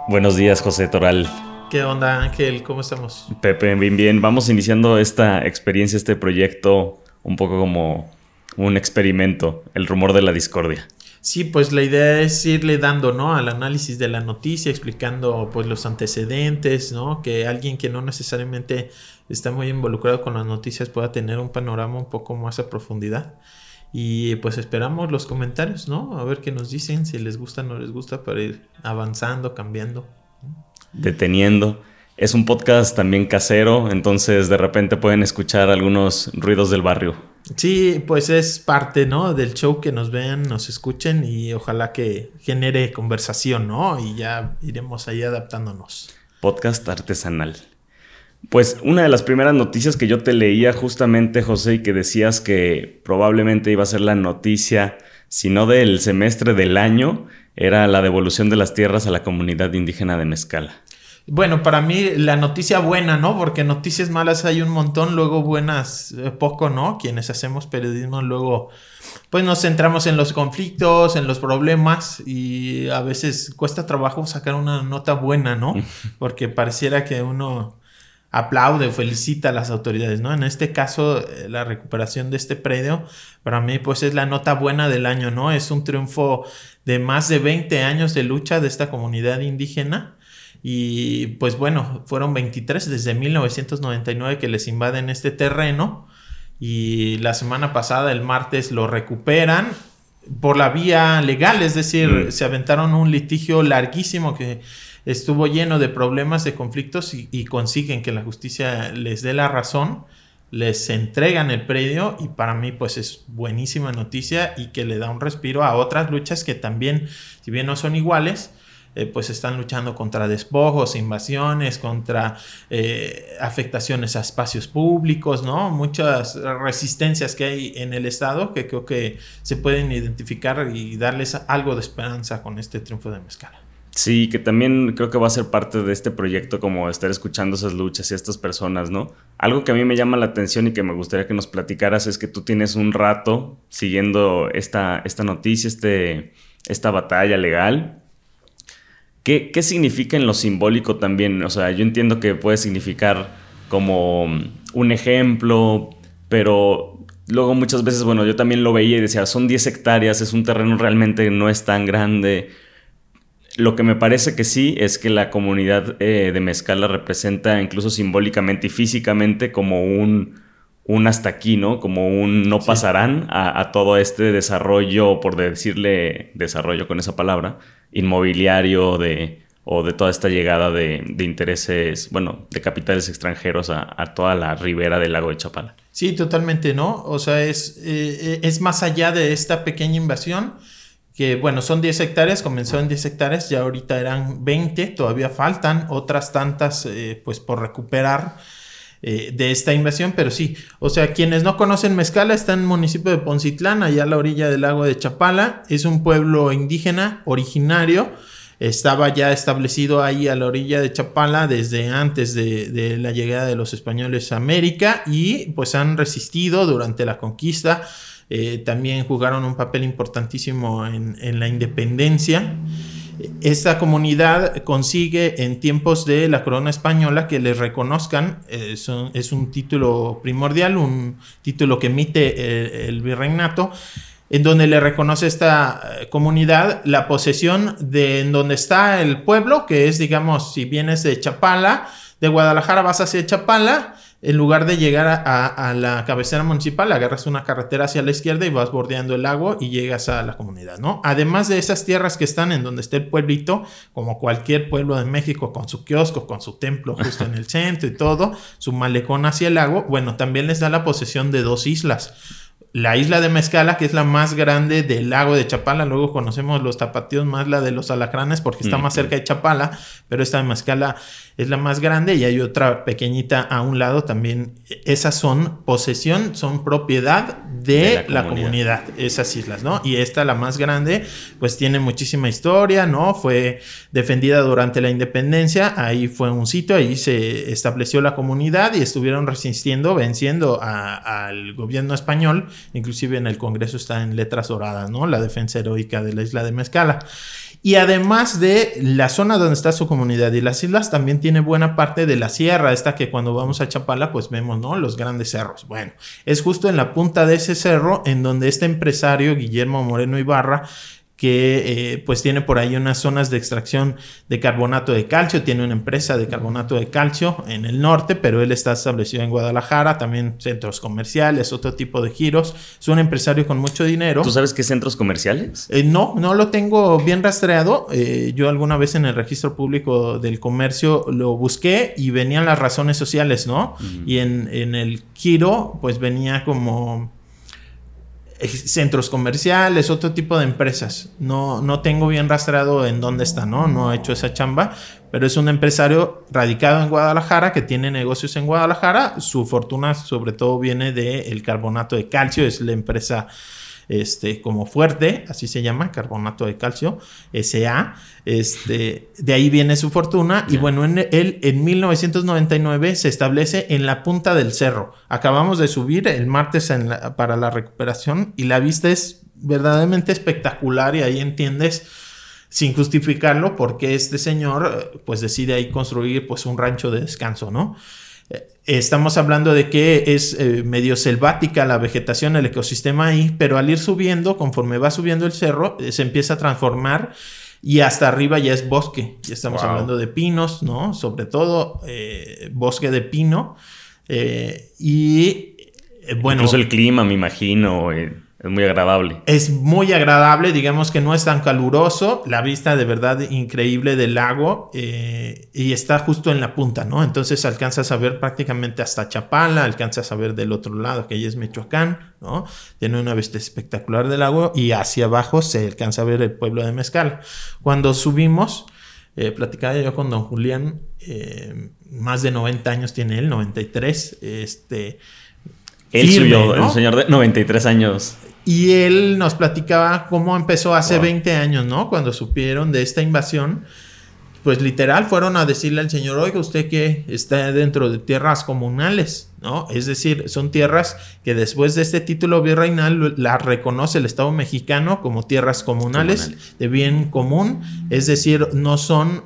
Buenos días, José Toral. ¿Qué onda, Ángel? ¿Cómo estamos? Pepe, bien, bien. Vamos iniciando esta experiencia, este proyecto, un poco como un experimento, el rumor de la discordia. Sí, pues la idea es irle dando, ¿no?, al análisis de la noticia, explicando pues los antecedentes, ¿no? Que alguien que no necesariamente está muy involucrado con las noticias pueda tener un panorama un poco más a profundidad. Y pues esperamos los comentarios, ¿no? A ver qué nos dicen, si les gusta o no les gusta, para ir avanzando, cambiando. Deteniendo. Es un podcast también casero, entonces de repente pueden escuchar algunos ruidos del barrio. Sí, pues es parte, ¿no?, del show, que nos vean, nos escuchen y ojalá que genere conversación, ¿no? Y ya iremos ahí adaptándonos. Podcast artesanal. Pues una de las primeras noticias que yo te leía justamente, José, y que decías que probablemente iba a ser la noticia, si no del semestre, del año, era la devolución de las tierras a la comunidad indígena de Mezcala. Bueno, para mí la noticia buena, ¿no? Porque noticias malas hay un montón, luego buenas poco, ¿no? Quienes hacemos periodismo luego pues nos centramos en los conflictos, en los problemas, y a veces cuesta trabajo sacar una nota buena, ¿no? Porque pareciera que uno aplaude o felicita a las autoridades, ¿no? En este caso, la recuperación de este predio, para mí pues es la nota buena del año, ¿no? Es un triunfo de más de 20 años de lucha de esta comunidad indígena. Y pues bueno, fueron 23 desde 1999 que les invaden este terreno, y la semana pasada, el martes, lo recuperan por la vía legal, es decir, se aventaron un litigio larguísimo que estuvo lleno de problemas, de conflictos, y consiguen que la justicia les dé la razón, les entregan el predio, y para mí pues es buenísima noticia y que le da un respiro a otras luchas que también, si bien no son iguales, pues están luchando contra despojos, invasiones, contra afectaciones a espacios públicos, ¿no? Muchas resistencias que hay en el estado que creo que se pueden identificar y darles algo de esperanza con este triunfo de Mezcala. Sí, que también creo que va a ser parte de este proyecto, como estar escuchando esas luchas y a estas personas, ¿no? Algo que a mí me llama la atención y que me gustaría que nos platicaras es que tú tienes un rato siguiendo esta noticia, esta batalla legal. ¿Qué significa en lo simbólico también? O sea, yo entiendo que puede significar como un ejemplo, pero luego muchas veces, bueno, yo también lo veía y decía, son 10 hectáreas, es un terreno realmente no es tan grande. Lo que me parece que sí es que la comunidad de Mezcala representa incluso simbólicamente y físicamente como un hasta aquí, ¿no? Como un no pasarán a todo este desarrollo, por decirle desarrollo con esa palabra, inmobiliario o de toda esta llegada de intereses, bueno, de capitales extranjeros a toda la ribera del lago de Chapala. Sí, totalmente, ¿no? O sea, es más allá de esta pequeña invasión, que bueno, son 10 hectáreas, comenzó en 10 hectáreas, ya ahorita eran 20, todavía faltan otras tantas pues por recuperar de esta invasión, pero sí, o sea, quienes no conocen Mezcala, está en el municipio de Poncitlán, allá a la orilla del lago de Chapala. Es un pueblo indígena originario, estaba ya establecido ahí a la orilla de Chapala desde antes de la llegada de los españoles a América, y pues han resistido durante la conquista. También jugaron un papel importantísimo en la independencia. Esta comunidad consigue en tiempos de la corona española que les reconozcan, es un título primordial, un título que emite el virreinato, en donde le reconoce a esta comunidad la posesión de en donde está el pueblo, que es, digamos, si vienes de Chapala, de Guadalajara vas hacia Chapala, en lugar de llegar a la cabecera municipal, agarras una carretera hacia la izquierda y vas bordeando el lago y llegas a la comunidad, ¿no? Además de esas tierras que están en donde está el pueblito, como cualquier pueblo de México, con su kiosco, con su templo justo en el centro y todo, su malecón hacia el lago, bueno, también les da la posesión de 2 islas. La isla de Mezcala, que es la más grande del lago de Chapala. Luego conocemos los tapatíos más la de los alacranes porque está más cerca de Chapala, pero esta de Mezcala es la más grande, y hay otra pequeñita a un lado también. Esas son posesión, son propiedad de la comunidad, esas islas, ¿no? Y esta, la más grande, pues tiene muchísima historia, ¿no? Fue defendida durante la independencia, ahí fue un sitio, ahí se estableció la comunidad y estuvieron resistiendo, venciendo al gobierno español. Inclusive en el Congreso está en letras doradas, ¿no? La defensa heroica de la isla de Mezcala. Y además de la zona donde está su comunidad y las islas, también tiene buena parte de la sierra, esta que cuando vamos a Chapala, pues vemos, ¿no? Los grandes cerros. Bueno, es justo en la punta de ese cerro en donde este empresario, Guillermo Moreno Ibarra, que pues tiene por ahí unas zonas de extracción de carbonato de calcio, tiene una empresa de carbonato de calcio en el norte, pero él está establecido en Guadalajara, también centros comerciales, otro tipo de giros, es un empresario con mucho dinero. ¿Tú sabes qué centros comerciales? No lo tengo bien rastreado, yo alguna vez en el registro público del comercio lo busqué y venían las razones sociales, ¿no? Y en el giro pues venía como centros comerciales, otro tipo de empresas. No tengo bien rastreado en dónde está, no he hecho esa chamba, pero es un empresario radicado en Guadalajara que tiene negocios en Guadalajara. Su fortuna sobre todo viene del carbonato de calcio, es la empresa como fuerte, así se llama, carbonato de calcio, SA, de ahí viene su fortuna. Y bueno, él en 1999 se establece en la punta del cerro. Acabamos de subir el martes para la recuperación y la vista es verdaderamente espectacular y ahí entiendes, sin justificarlo, por qué este señor pues decide ahí construir pues un rancho de descanso, ¿no? Estamos hablando de que es medio selvática la vegetación, el ecosistema ahí, pero al ir subiendo, conforme va subiendo el cerro, se empieza a transformar y hasta arriba ya es bosque. Ya estamos hablando de pinos, ¿no? Sobre todo bosque de pino. Bueno, incluso el clima, me imagino, es muy agradable. Es muy agradable, digamos que no es tan caluroso, la vista de verdad increíble del lago y está justo en la punta, ¿no? Entonces alcanzas a ver prácticamente hasta Chapala, alcanzas a ver del otro lado, que ahí es Michoacán, ¿no? Tiene una vista espectacular del lago y hacia abajo se alcanza a ver el pueblo de Mezcala. Cuando subimos, platicaba yo con don Julián, más de 90 años tiene él, 93, Él firme, subió, ¿no? El señor de 93 años. Y él nos platicaba cómo empezó hace 20 años, ¿no? Cuando supieron de esta invasión, pues literal fueron a decirle al señor, oiga, usted que está dentro de tierras comunales, ¿no? Es decir, son tierras que después de este título virreinal las reconoce el Estado mexicano como tierras comunales de bien común, es decir, no son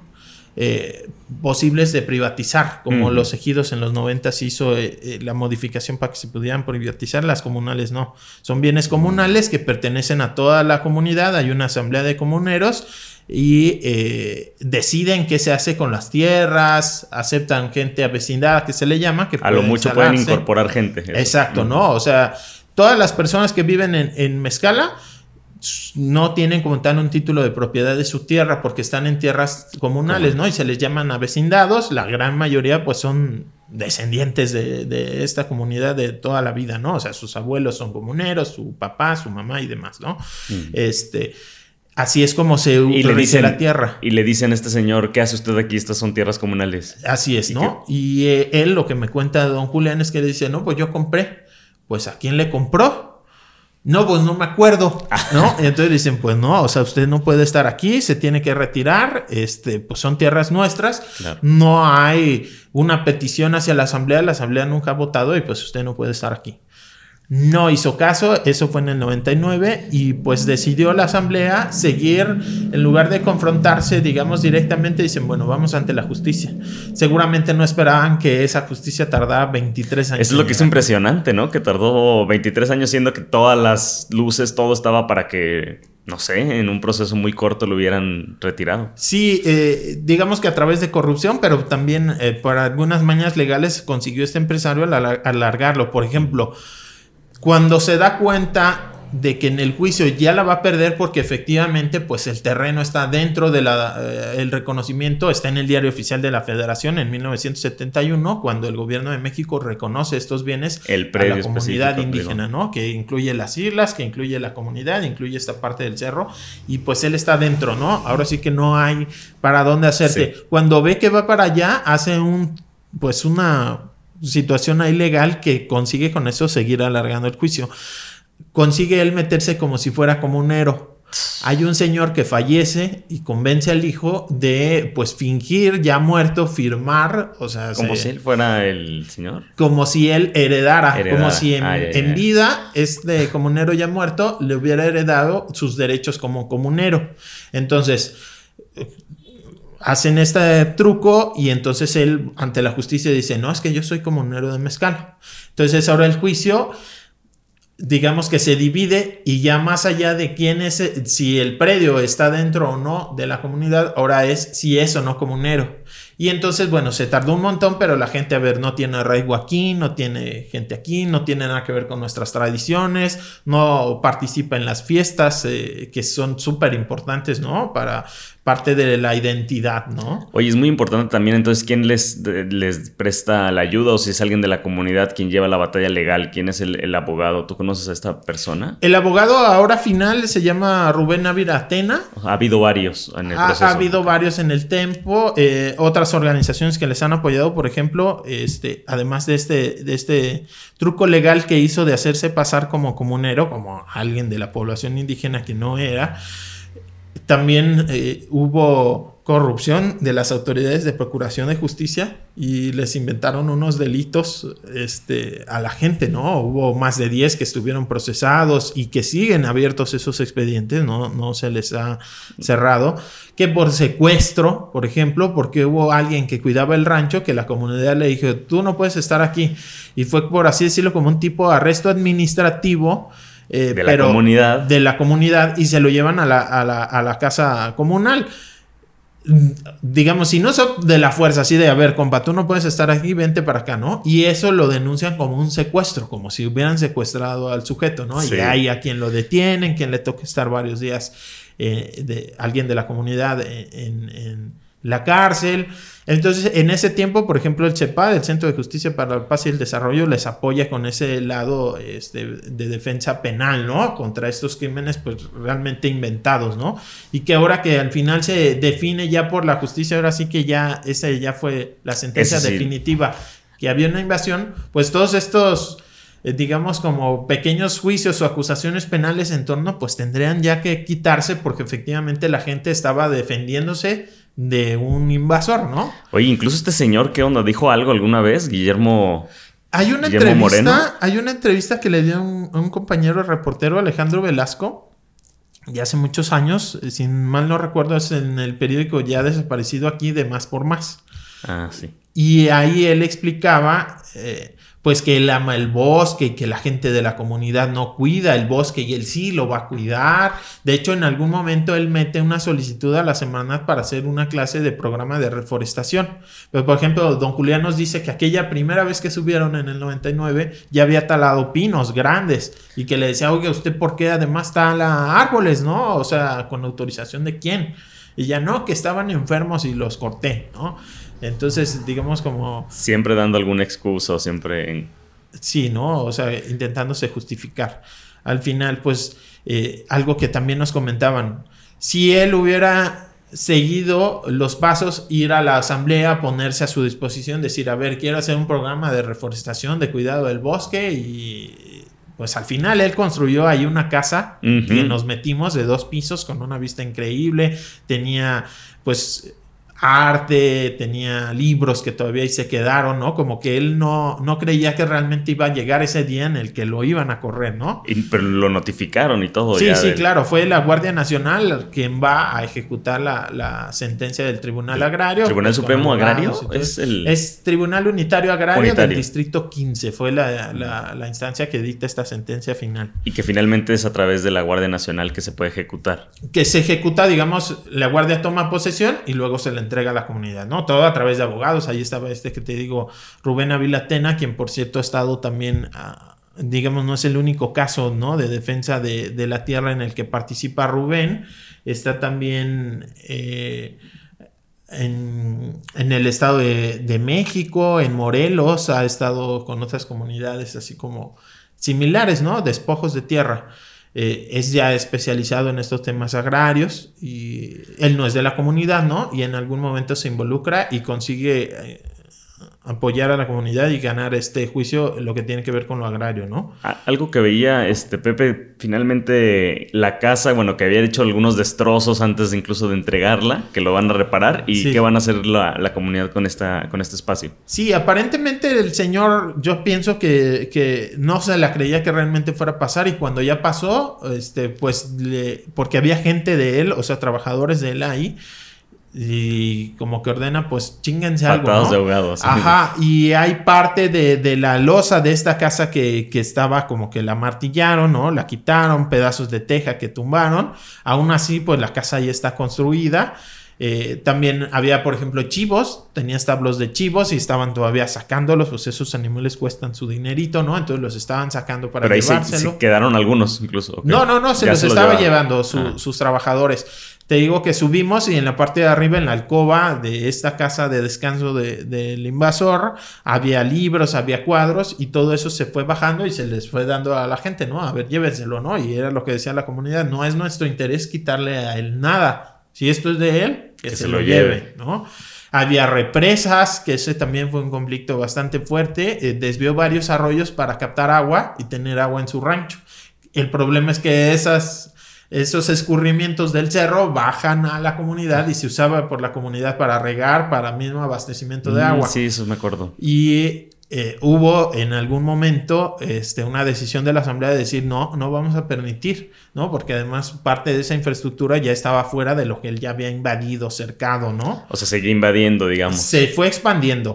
posibles de privatizar, como los ejidos en los 90 se hizo la modificación para que se pudieran privatizar, las comunales no, son bienes comunales que pertenecen a toda la comunidad, hay una asamblea de comuneros y deciden qué se hace con las tierras, aceptan gente avecindada que se le llama, que a lo mucho pueden incorporar gente. Exacto, ¿no? O sea, todas las personas que viven en Mezcala no tienen como tal un título de propiedad de su tierra porque están en tierras comunales, ¿no? Y se les llaman avecindados. La gran mayoría pues son descendientes de esta comunidad de toda la vida, ¿no? O sea, sus abuelos son comuneros, su papá, su mamá y demás, ¿no? Así es como se rige la tierra. Y le dicen a este señor, ¿qué hace usted aquí? Estas son tierras comunales. Así es, ¿no? Y él lo que me cuenta don Julián es que le dice, no, pues yo compré. Pues ¿a quién le compró? No, pues no me acuerdo, ¿no? Y entonces dicen, pues no, o sea, usted no puede estar aquí, se tiene que retirar, pues son tierras nuestras, claro. No hay una petición hacia la asamblea nunca ha votado y pues usted no puede estar aquí. No hizo caso, eso fue en el 99 y pues decidió la asamblea seguir, en lugar de confrontarse, digamos, directamente, dicen, bueno, vamos ante la justicia. Seguramente no esperaban que esa justicia tardara 23 años. Eso es lo que es impresionante, ¿no? Que tardó 23 años siendo que todas las luces, todo estaba para que, no sé, en un proceso muy corto lo hubieran retirado. Sí, digamos que a través de corrupción, pero también por algunas mañas legales consiguió este empresario alargarlo. Por ejemplo, cuando se da cuenta de que en el juicio ya la va a perder porque efectivamente pues el terreno está dentro de el reconocimiento, está en el Diario Oficial de la Federación en 1971, cuando el gobierno de México reconoce estos bienes a la comunidad indígena, ¿no? Que incluye las islas, que incluye la comunidad, incluye esta parte del cerro y pues él está dentro, ¿no? Ahora sí que no hay para dónde hacerse. Sí. Cuando ve que va para allá, hace una situación ahí legal que consigue con eso seguir alargando el juicio. Consigue él meterse como si fuera comunero. Hay un señor que fallece y convence al hijo de, pues, fingir ya muerto, firmar, o sea... Como si él fuera el señor. Como si él heredara. Como si en vida, este comunero ya muerto le hubiera heredado sus derechos como comunero. Entonces, hacen este truco y entonces él, ante la justicia, dice, no, es que yo soy comunero de mezcal. Entonces, ahora el juicio... digamos que se divide y ya más allá de quién es, si el predio está dentro o no de la comunidad, ahora es si es o no comunero. Y entonces, bueno, se tardó un montón, pero la gente, a ver, no tiene arraigo aquí, no tiene gente aquí, no tiene nada que ver con nuestras tradiciones, no participa en las fiestas que son súper importantes, ¿no? Para parte de la identidad, ¿no? Oye, es muy importante también entonces quién les presta la ayuda o si es alguien de la comunidad quien lleva la batalla legal, quién es el abogado. ¿Tú conoces a esta persona? El abogado ahora final se llama Rubén Ávila Atena. Ha habido varios en el proceso. Ha habido varios en el tiempo. Otras organizaciones que les han apoyado, por ejemplo, además de este truco legal que hizo de hacerse pasar como comunero, como alguien de la población indígena que no era, también hubo corrupción de las autoridades de procuración de justicia y les inventaron unos delitos a la gente, ¿no? Hubo más de 10 que estuvieron procesados y que siguen abiertos esos expedientes, no se les ha cerrado, que por secuestro, por ejemplo, porque hubo alguien que cuidaba el rancho que la comunidad le dijo, tú no puedes estar aquí, y fue, por así decirlo, como un tipo de arresto administrativo de la comunidad y se lo llevan a la casa comunal. Digamos, si no son de la fuerza, así de, a ver, compa, tú no puedes estar aquí, vente para acá, ¿no? Y eso lo denuncian como un secuestro, como si hubieran secuestrado al sujeto, ¿no? Sí. Y hay a quien lo detienen, quien le toca estar varios días, alguien de la comunidad en la cárcel. Entonces, en ese tiempo, por ejemplo, el CEPAD, el Centro de Justicia para la Paz y el Desarrollo, les apoya con ese lado de defensa penal, ¿no? Contra estos crímenes, pues, realmente inventados, ¿no? Y que ahora que al final se define ya por la justicia, ahora sí que ya esa ya fue la sentencia definitiva, que había una invasión, pues todos estos... digamos como pequeños juicios o acusaciones penales en torno, pues tendrían ya que quitarse porque efectivamente la gente estaba defendiéndose de un invasor, ¿no? Oye, incluso este señor, ¿qué onda? ¿Dijo algo alguna vez? Guillermo Moreno. Hay una entrevista que le dio a un compañero reportero, Alejandro Velasco, ya hace muchos años, sin mal no recuerdo, es en el periódico ya desaparecido aquí de Más por Más. Ah, sí. Y ahí él explicaba... pues que él ama el bosque y que la gente de la comunidad no cuida el bosque y él sí lo va a cuidar. De hecho, en algún momento él mete una solicitud a la semana para hacer una clase de programa de reforestación. Pero, por ejemplo, don Julián nos dice que aquella primera vez que subieron en el 99 ya había talado pinos grandes y que le decía, oye, ¿usted por qué además tala árboles, no? O sea, ¿con autorización de quién? Y ya no, que estaban enfermos y los corté, ¿no? Entonces, digamos como... Siempre dando alguna excusa, siempre... Sí, ¿no? O sea, intentándose justificar. Al final, pues, algo que también nos comentaban. Si él hubiera seguido los pasos, ir a la asamblea, ponerse a su disposición, decir, a ver, quiero hacer un programa de reforestación, de cuidado del bosque y... Pues al final él construyó ahí una casa que nos metimos de 2 pisos con una vista increíble. Tenía, pues... arte, tenía libros que todavía ahí se quedaron, ¿no? Como que él no creía que realmente iba a llegar ese día en el que lo iban a correr, ¿no? Pero lo notificaron y todo. Sí, claro. Fue la Guardia Nacional quien va a ejecutar la sentencia del Tribunal Agrario. ¿Tribunal Supremo Agrario? Es Tribunal Unitario Agrario del Distrito 15. Fue la instancia que dicta esta sentencia final. Y que finalmente es a través de la Guardia Nacional que se puede ejecutar. Que se ejecuta, digamos, la Guardia toma posesión y luego se le entrega a la comunidad, ¿no? Todo a través de abogados. Ahí estaba que te digo, Rubén Ávila Atena, quien por cierto ha estado también, digamos, no es el único caso, ¿no? De defensa de la tierra en el que participa Rubén. Está también en el estado de México, en Morelos, ha estado con otras comunidades así como similares, ¿no? Despojos de tierra. Es ya especializado en estos temas agrarios y él no es de la comunidad, ¿no? Y en algún momento se involucra y consigue apoyar a la comunidad y ganar este juicio, lo que tiene que ver con lo agrario, ¿no? Algo que veía, Pepe, finalmente la casa, bueno, que había hecho algunos destrozos antes de incluso de entregarla, que lo van a reparar, y Sí. qué van a hacer la comunidad con este espacio. Sí, aparentemente el señor, yo pienso que no se la creía que realmente fuera a pasar, y cuando ya pasó, pues, porque había gente de él, o sea, trabajadores de él ahí, y como que ordena, pues chínganse algo, Patadas ¿no? de ahogados. Ajá, y hay parte de la losa de esta casa que estaba como que la martillaron, ¿no? La quitaron, pedazos de teja que tumbaron. Aún así, pues la casa ya está construida. También había, por ejemplo, chivos, tenía establos de chivos y estaban todavía sacándolos, pues esos animales cuestan su dinerito, ¿no? Entonces los estaban sacando para Pero ahí llevárselo. se quedaron algunos incluso. Okay. No, se Ya los estaba llevaron. llevando sus trabajadores. Te digo que subimos y en la parte de arriba, en la alcoba de esta casa de descanso del invasor, había libros, había cuadros y todo eso se fue bajando y se les fue dando a la gente, ¿no? A ver, llévenselo, ¿no? Y era lo que decía la comunidad, no es nuestro interés quitarle a él nada. Si esto es de él, que se lo lleve, ¿no? Había represas, que ese también fue un conflicto bastante fuerte. Desvió varios arroyos para captar agua y tener agua en su rancho. El problema es que esos escurrimientos del cerro bajan a la comunidad y se usaba por la comunidad para regar, para mismo abastecimiento de agua. Sí, eso me acuerdo. Y hubo en algún momento una decisión de la asamblea de decir no vamos a permitir, ¿no? Porque además parte de esa infraestructura ya estaba fuera de lo que él ya había invadido, cercado, ¿no? O sea, seguía invadiendo, digamos. Se fue expandiendo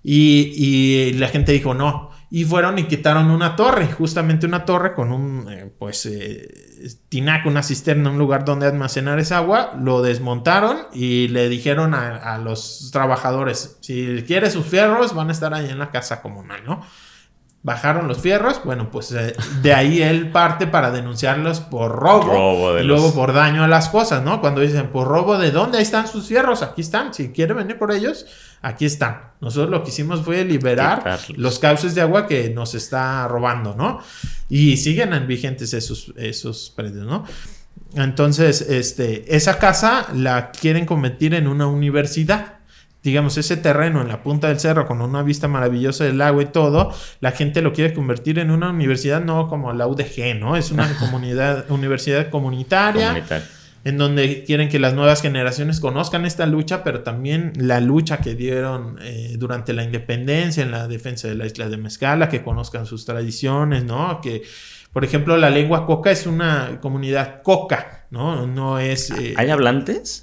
y la gente dijo no. Y fueron y quitaron una torre, justamente una torre con un tinaco, una cisterna, un lugar donde almacenar esa agua. Lo desmontaron y le dijeron a los trabajadores, si quiere sus fierros van a estar ahí en la casa comunal, ¿no? Bajaron los fierros, bueno, pues de ahí él parte para denunciarlos por robo y luego por daño a las cosas, ¿no? Cuando dicen, ¿por robo de dónde? Ahí están sus fierros, aquí están, si quiere venir por ellos, aquí están. Nosotros lo que hicimos fue liberar los cauces de agua que nos está robando, ¿no? Y siguen vigentes esos predios, ¿no? Entonces, esa casa la quieren convertir en una universidad. Digamos, ese terreno en la punta del cerro con una vista maravillosa del lago y todo, la gente lo quiere convertir en una universidad, no como la UDG, ¿no? Es una universidad comunitaria. En donde quieren que las nuevas generaciones conozcan esta lucha, pero también la lucha que dieron durante la independencia en la defensa de la isla de Mezcala, que conozcan sus tradiciones, ¿no? Que, por ejemplo, la lengua coca es una comunidad coca, ¿no? No es... ¿Hay hablantes?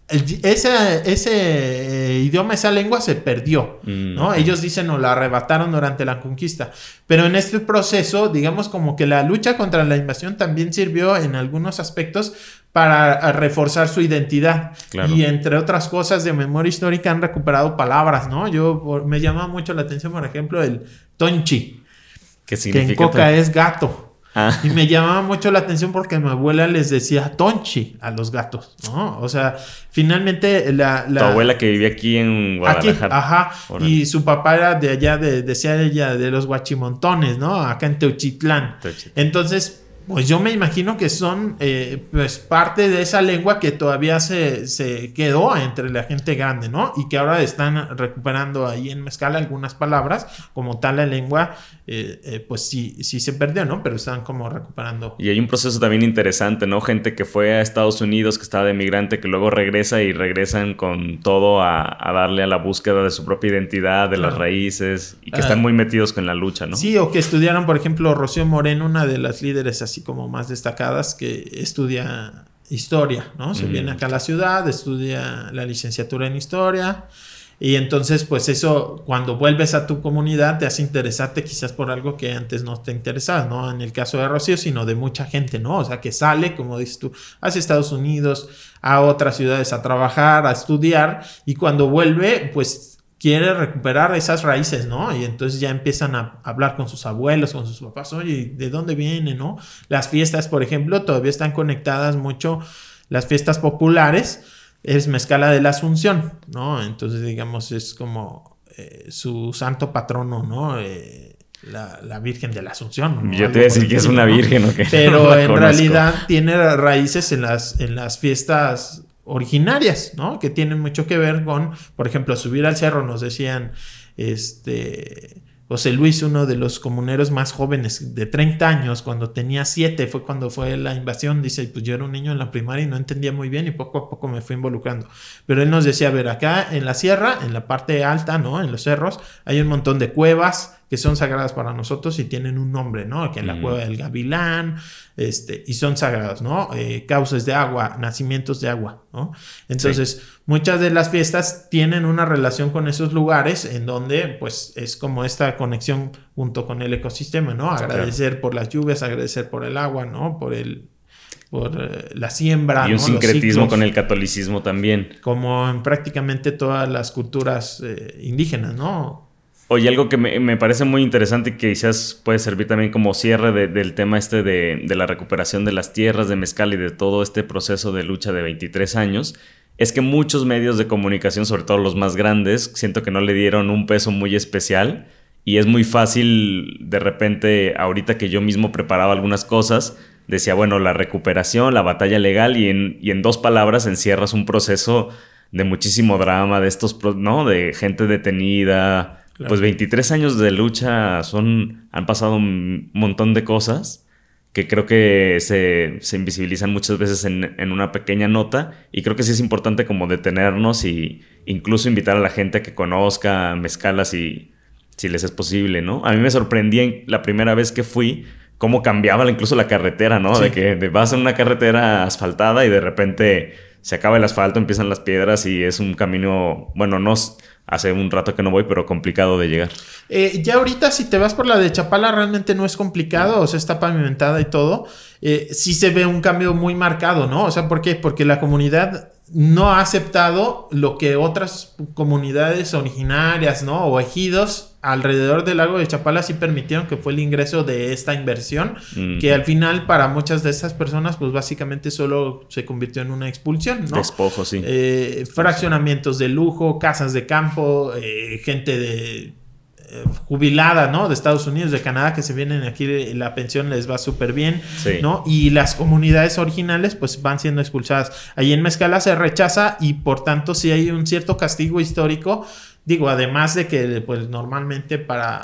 Ese idioma, esa lengua se perdió, ¿no? Okay. Ellos dicen nos la arrebataron durante la conquista, pero en este proceso, digamos como que la lucha contra la invasión también sirvió en algunos aspectos para reforzar su identidad. Claro. Y entre otras cosas de memoria histórica han recuperado palabras, ¿no? Me llama mucho la atención, por ejemplo, el tonchi, ¿qué significa? Que en coca es gato. Y me llamaba mucho la atención porque mi abuela les decía tonchi a los gatos, ¿no? O sea, finalmente tu abuela que vivía aquí en Guadalajara. Aquí, ajá. Órale. Y su papá era de allá, decía ella, de los Huachimontones, ¿no? Acá en Teuchitlán. Entonces, pues yo me imagino que son pues parte de esa lengua que todavía se quedó entre la gente grande, ¿no? Y que ahora están recuperando ahí en Mezcala algunas palabras, como tal la lengua, pues sí se perdió, ¿no? Pero están como recuperando. Y hay un proceso también interesante, ¿no? Gente que fue a Estados Unidos, que estaba de migrante, que luego regresa y regresan con todo a darle a la búsqueda de su propia identidad, de las raíces, y que están muy metidos con la lucha, ¿no? Sí, o que estudiaron, por ejemplo, Rocío Moreno, una de las líderes así como más destacadas, que estudia historia, ¿no? Se viene acá a la ciudad, estudia la licenciatura en historia, y entonces pues eso, cuando vuelves a tu comunidad te hace interesarte quizás por algo que antes no te interesaba, ¿no? En el caso de Rocío, sino de mucha gente, ¿no? O sea, que sale, como dices tú, hacia Estados Unidos, a otras ciudades a trabajar, a estudiar, y cuando vuelve, pues quiere recuperar esas raíces, ¿no? Y entonces ya empiezan a hablar con sus abuelos, con sus papás, oye, ¿de dónde viene, no? Las fiestas, por ejemplo, todavía están conectadas mucho, las fiestas populares, es Mezcala de la Asunción, ¿no? Entonces, digamos, es como su santo patrono, ¿no? La Virgen de la Asunción, ¿no? Yo te voy a decir que es una virgen, ¿o qué? Pero no en conozco. realidad tiene raíces en las fiestas originarias, ¿no? Que tienen mucho que ver con, por ejemplo, subir al cerro, nos decían José Luis, uno de los comuneros más jóvenes, de 30 años, cuando tenía 7, fue cuando fue la invasión. Dice, pues yo era un niño en la primaria y no entendía muy bien y poco a poco me fui involucrando. Pero él nos decía, a ver, acá en la sierra, en la parte alta, ¿no? En los cerros, hay un montón de cuevas que son sagradas para nosotros y tienen un nombre, ¿no? Que en la cueva del Gavilán, y son sagrados, ¿no? Cauces de agua, nacimientos de agua, ¿no? Entonces, muchas de las fiestas tienen una relación con esos lugares en donde, pues, es como esta conexión junto con el ecosistema, ¿no? Agradecer por las lluvias, agradecer por el agua, ¿no? Por la siembra. Y un sincretismo con el catolicismo también. Como en prácticamente todas las culturas indígenas, ¿no? Oye, algo que me parece muy interesante y que quizás puede servir también como cierre del tema de la recuperación de las tierras de mezcal y de todo este proceso de lucha de 23 años, es que muchos medios de comunicación, sobre todo los más grandes, siento que no le dieron un peso muy especial y es muy fácil de repente, ahorita que yo mismo preparaba algunas cosas, decía, bueno, la recuperación, la batalla legal y en 2 palabras encierras un proceso de muchísimo drama, de estos, ¿no? De gente detenida. Claro. Pues 23 años de lucha han pasado un montón de cosas que creo que se invisibilizan muchas veces en una pequeña nota y creo que sí es importante como detenernos y incluso invitar a la gente a que conozca mezcal si les es posible, ¿no? A mí me sorprendía la primera vez que fui cómo cambiaba incluso la carretera, ¿no? Sí. De que vas en una carretera asfaltada y de repente se acaba el asfalto, empiezan las piedras y es un camino, bueno, no... Hace un rato que no voy, pero complicado de llegar. Ya ahorita si te vas por la de Chapala realmente no es complicado, o sea, está pavimentada y todo. Sí se ve un cambio muy marcado, ¿no? O sea, ¿por qué? Porque la comunidad no ha aceptado lo que otras comunidades originarias, ¿no? O ejidos alrededor del lago de Chapala sí permitieron, que fue el ingreso de esta inversión, que al final para muchas de estas personas pues básicamente solo se convirtió en una expulsión, ¿no? Despojo, sí. Fraccionamientos de lujo, casas de campo, gente jubilada, ¿no? De Estados Unidos, de Canadá, que se vienen aquí, la pensión les va súper bien, sí, ¿no? Y las comunidades originales pues van siendo expulsadas. Ahí en Mezcala se rechaza y por tanto sí hay un cierto castigo histórico. Digo, además de que pues normalmente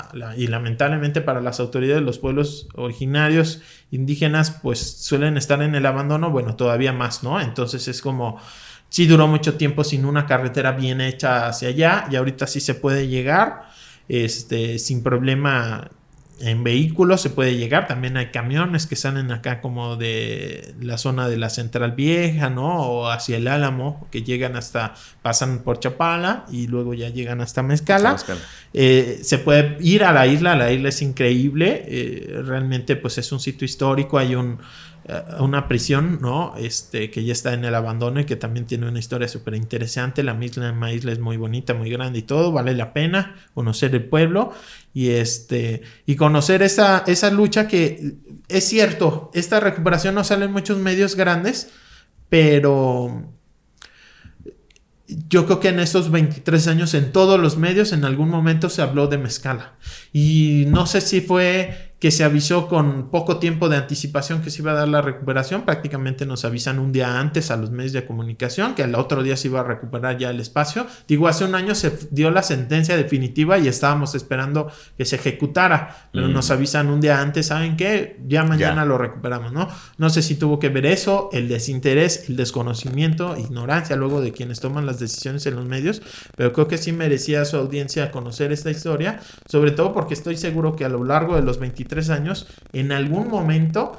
y lamentablemente para las autoridades de los pueblos originarios indígenas pues suelen estar en el abandono, bueno, todavía más, ¿no? Entonces es como, sí duró mucho tiempo sin una carretera bien hecha hacia allá y ahorita sí se puede llegar, sin problema. En vehículos se puede llegar, también hay camiones que salen acá como de la zona de la Central Vieja, ¿no? O hacia el Álamo, que pasan por Chapala y luego ya llegan hasta Mezcala. Se puede ir a la isla es increíble, realmente pues es un sitio histórico, hay una prisión, ¿no? Que ya está en el abandono y que también tiene una historia súper interesante. La misma isla es muy bonita, muy grande y todo, vale la pena conocer el pueblo y conocer esa lucha que es cierto, esta recuperación no sale en muchos medios grandes, pero yo creo que en estos 23 años en todos los medios en algún momento se habló de Mezcala y no sé si fue que se avisó con poco tiempo de anticipación que se iba a dar la recuperación. Prácticamente nos avisan un día antes a los medios de comunicación que al otro día se iba a recuperar ya el espacio. Digo, hace un año se dio la sentencia definitiva y estábamos esperando que se ejecutara, pero nos avisan un día antes, ¿saben qué? Ya mañana lo recuperamos, ¿no? No sé si tuvo que ver eso, el desinterés, el desconocimiento, ignorancia luego de quienes toman las decisiones en los medios, pero creo que sí merecía a su audiencia conocer esta historia, sobre todo porque estoy seguro que a lo largo de los 23 años, en algún momento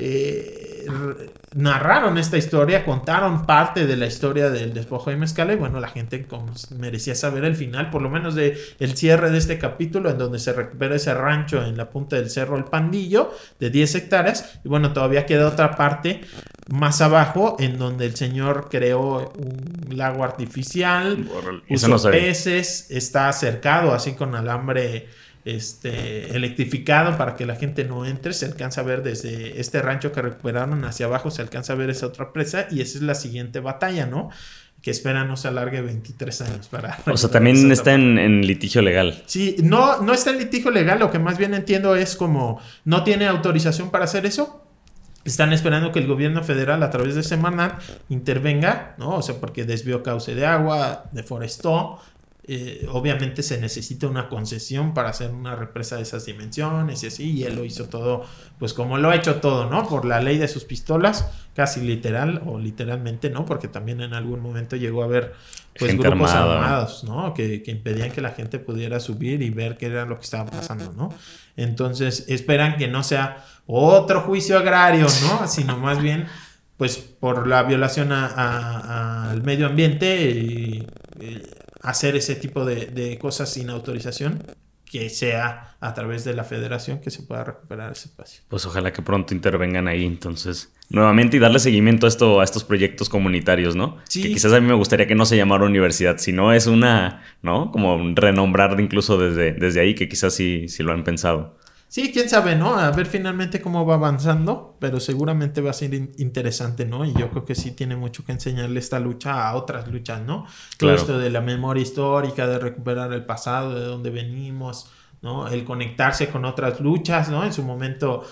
narraron esta historia, contaron parte de la historia del despojo de Mezcala y bueno, la gente merecía saber el final, por lo menos el cierre de este capítulo en donde se recupera ese rancho en la punta del cerro El Pandillo de 10 hectáreas y bueno, todavía queda otra parte más abajo en donde el señor creó un lago artificial, puso peces, está cercado así con alambre electrificado para que la gente no entre. Se alcanza a ver desde este rancho que recuperaron hacia abajo, se alcanza a ver esa otra presa y esa es la siguiente batalla, ¿no? Que espera no se alargue 23 años para... O sea, también está en litigio legal. Sí, no está en litigio legal, lo que más bien entiendo es como no tiene autorización para hacer eso. Están esperando que el gobierno federal a través de Semarnat intervenga, ¿no? O sea, porque desvió cauce de agua, deforestó, obviamente se necesita una concesión para hacer una represa de esas dimensiones y así, y él lo hizo todo, pues como lo ha hecho todo, ¿no? Por la ley de sus pistolas, casi literal o literalmente, ¿no? Porque también en algún momento llegó a haber pues gente grupos armada, armados, ¿no? Que impedían que la gente pudiera subir y ver qué era lo que estaba pasando, ¿no? Entonces esperan que no sea otro juicio agrario, ¿no? Sino más bien pues por la violación al medio ambiente y hacer ese tipo de cosas sin autorización, que sea a través de la federación que se pueda recuperar ese espacio. Pues ojalá que pronto intervengan ahí entonces nuevamente y darle seguimiento a estos proyectos comunitarios, ¿no? Sí. Que quizás a mí me gustaría que no se llamara universidad, sino es una, ¿no? Como renombrar incluso desde ahí, que quizás sí lo han pensado. Sí, quién sabe, ¿no? A ver finalmente cómo va avanzando, pero seguramente va a ser interesante, ¿no? Y yo creo que sí tiene mucho que enseñarle esta lucha a otras luchas, ¿no? Todo esto de la memoria histórica, de recuperar el pasado, de dónde venimos, ¿no? El conectarse con otras luchas, ¿no? En su momento,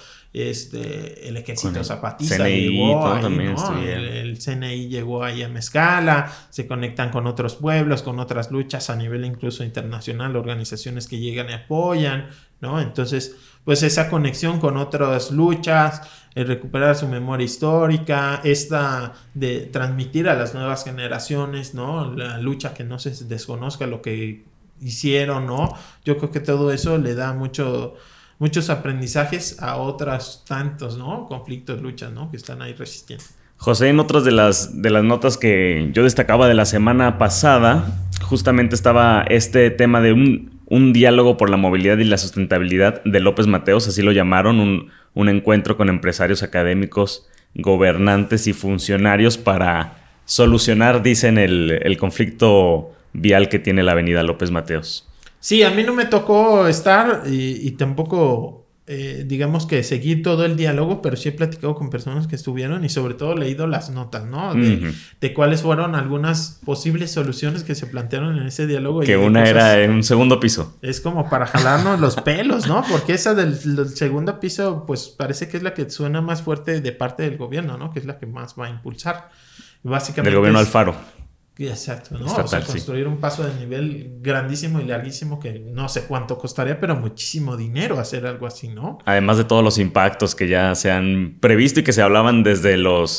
el ejército zapatista CNI, llegó ahí, también ¿no? El CNI llegó ahí a Mezcala, se conectan con otros pueblos, con otras luchas a nivel incluso internacional, organizaciones que llegan y apoyan, ¿no? Entonces, pues esa conexión con otras luchas, el recuperar su memoria histórica, esta de transmitir a las nuevas generaciones, ¿no? La lucha, que no se desconozca lo que hicieron, ¿no? Yo creo que todo eso le da muchos aprendizajes a otros tantos, ¿no? Conflictos, luchas, ¿no? Que están ahí resistiendo. José, en otras de las notas que yo destacaba de la semana pasada, justamente estaba este tema de un diálogo por la movilidad y la sustentabilidad de López Mateos, así lo llamaron, un encuentro con empresarios, académicos, gobernantes y funcionarios para solucionar, dicen, el conflicto vial que tiene la avenida López Mateos. Sí, a mí no me tocó estar y tampoco, digamos que seguir todo el diálogo, pero sí he platicado con personas que estuvieron y sobre todo leído las notas, ¿no? De cuáles fueron algunas posibles soluciones que se plantearon en ese diálogo. Que una era en un segundo piso. Es como para jalarnos los pelos, ¿no? Porque esa del segundo piso, pues parece que es la que suena más fuerte de parte del gobierno, ¿no? Que es la que más va a impulsar. Básicamente del gobierno Alfaro. Exacto, ¿no? Estatal, o sea, construir un paso de nivel grandísimo y larguísimo que no sé cuánto costaría, pero muchísimo dinero hacer algo así, ¿no? Además de todos los impactos que ya se han previsto y que se hablaban desde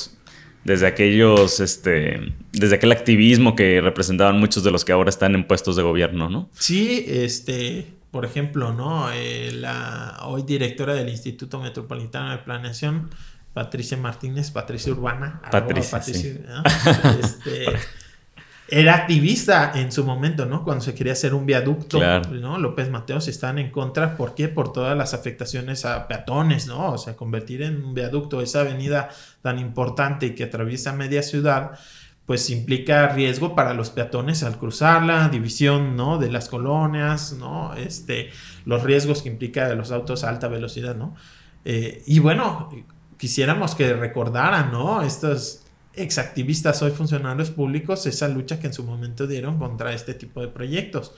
aquel activismo que representaban muchos de los que ahora están en puestos de gobierno, ¿no? Sí, por ejemplo, ¿no? La hoy directora del Instituto Metropolitano de Planeación, Patricia Martínez, Patricia Urbana. Patricia, ¿no? Era activista en su momento, ¿no? Cuando se quería hacer un viaducto, claro, ¿no? López Mateos estaban en contra. ¿Por qué? Por todas las afectaciones a peatones, ¿no? O sea, convertir en un viaducto esa avenida tan importante y que atraviesa media ciudad, pues implica riesgo para los peatones al cruzarla, división, ¿no? De las colonias, ¿no? Los riesgos que implica de los autos a alta velocidad, ¿no? Y bueno, quisiéramos que recordaran, ¿no? Estos exactivistas, hoy funcionarios públicos, esa lucha que en su momento dieron contra este tipo de proyectos.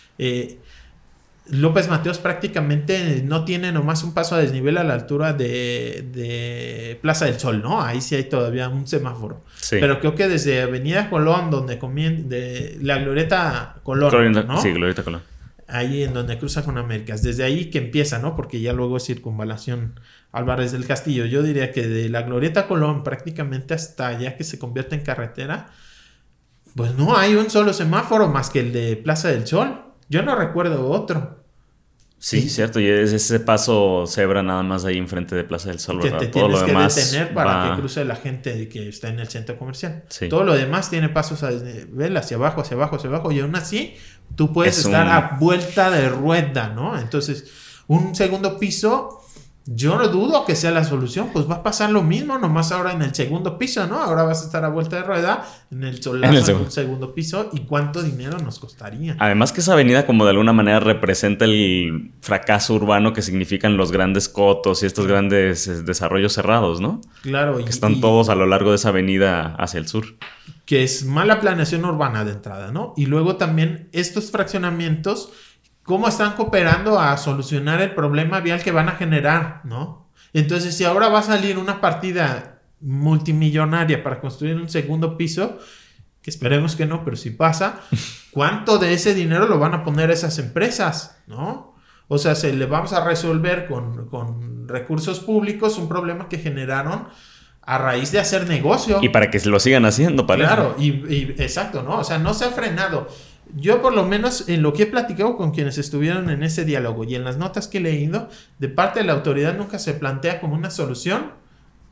López Mateos prácticamente no tiene nomás un paso a desnivel a la altura de Plaza del Sol, ¿no? Ahí sí hay todavía un semáforo. Sí. Pero creo que desde Avenida Colón, de la Glorieta Colón, ¿no? Sí, Glorieta Colón. Ahí en donde cruza con Américas. Desde ahí que empieza, ¿no? Porque ya luego es Circunvalación Álvarez del Castillo. Yo diría que de la Glorieta Colón prácticamente hasta allá que se convierte en carretera, pues no hay un solo semáforo más que el de Plaza del Sol. Yo no recuerdo otro. Sí, cierto. Y es ese paso cebra nada más ahí enfrente de Plaza del Sol, que ¿verdad? te Todo tienes lo que demás detener para que cruce la gente que está en el centro comercial. Sí. Todo lo demás tiene pasos a desnivel hacia abajo, hacia abajo, hacia abajo. Y aún así, tú puedes estar a vuelta de rueda, ¿no? Entonces, un segundo piso, yo no dudo que sea la solución. Pues va a pasar lo mismo, nomás ahora en el segundo piso, ¿no? Ahora vas a estar a vuelta de rueda en el solazo en un segundo piso. ¿Y cuánto dinero nos costaría? Además que esa avenida como de alguna manera representa el fracaso urbano que significan los grandes cotos y estos grandes desarrollos cerrados, ¿no? Claro. Que están todos a lo largo de esa avenida hacia el sur. Que es mala planeación urbana de entrada, ¿no? Y luego también estos fraccionamientos, cómo están cooperando a solucionar el problema vial que van a generar, ¿no? Entonces, si ahora va a salir una partida multimillonaria para construir un segundo piso, que esperemos que no, pero si pasa, ¿cuánto de ese dinero lo van a poner esas empresas? ¿No? O sea, se le vamos a resolver con recursos públicos un problema que generaron a raíz de hacer negocio. Y para que se lo sigan haciendo, parece. Claro, y exacto, ¿no? O sea, no se ha frenado. Yo por lo menos en lo que he platicado con quienes estuvieron en ese diálogo y en las notas que he leído, de parte de la autoridad nunca se plantea como una solución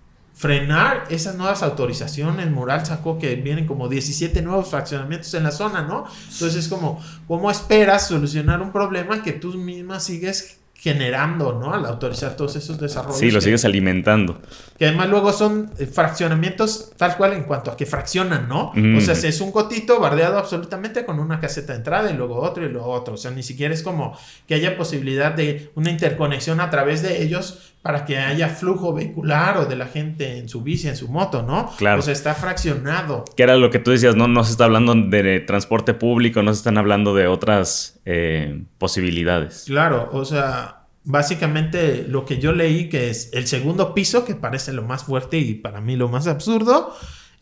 frenar esas nuevas autorizaciones. Mural sacó que vienen como 17 nuevos fraccionamientos en la zona, ¿no? Entonces es como, ¿cómo esperas solucionar un problema que tú misma sigues generando, ¿no? Al autorizar todos esos desarrollos. Sí, lo sigues alimentando. Que además luego son fraccionamientos tal cual en cuanto a que fraccionan, ¿no? O sea, es un cotito bardeado absolutamente con una caseta de entrada y luego otro y luego otro. O sea, ni siquiera es como que haya posibilidad de una interconexión a través de ellos para que haya flujo vehicular o de la gente en su bici, en su moto, ¿no? Claro. O sea, está fraccionado. Que era lo que tú decías, no se está hablando de transporte público, no se están hablando de otras posibilidades. Claro, o sea, básicamente lo que yo leí que es el segundo piso, que parece lo más fuerte y para mí lo más absurdo,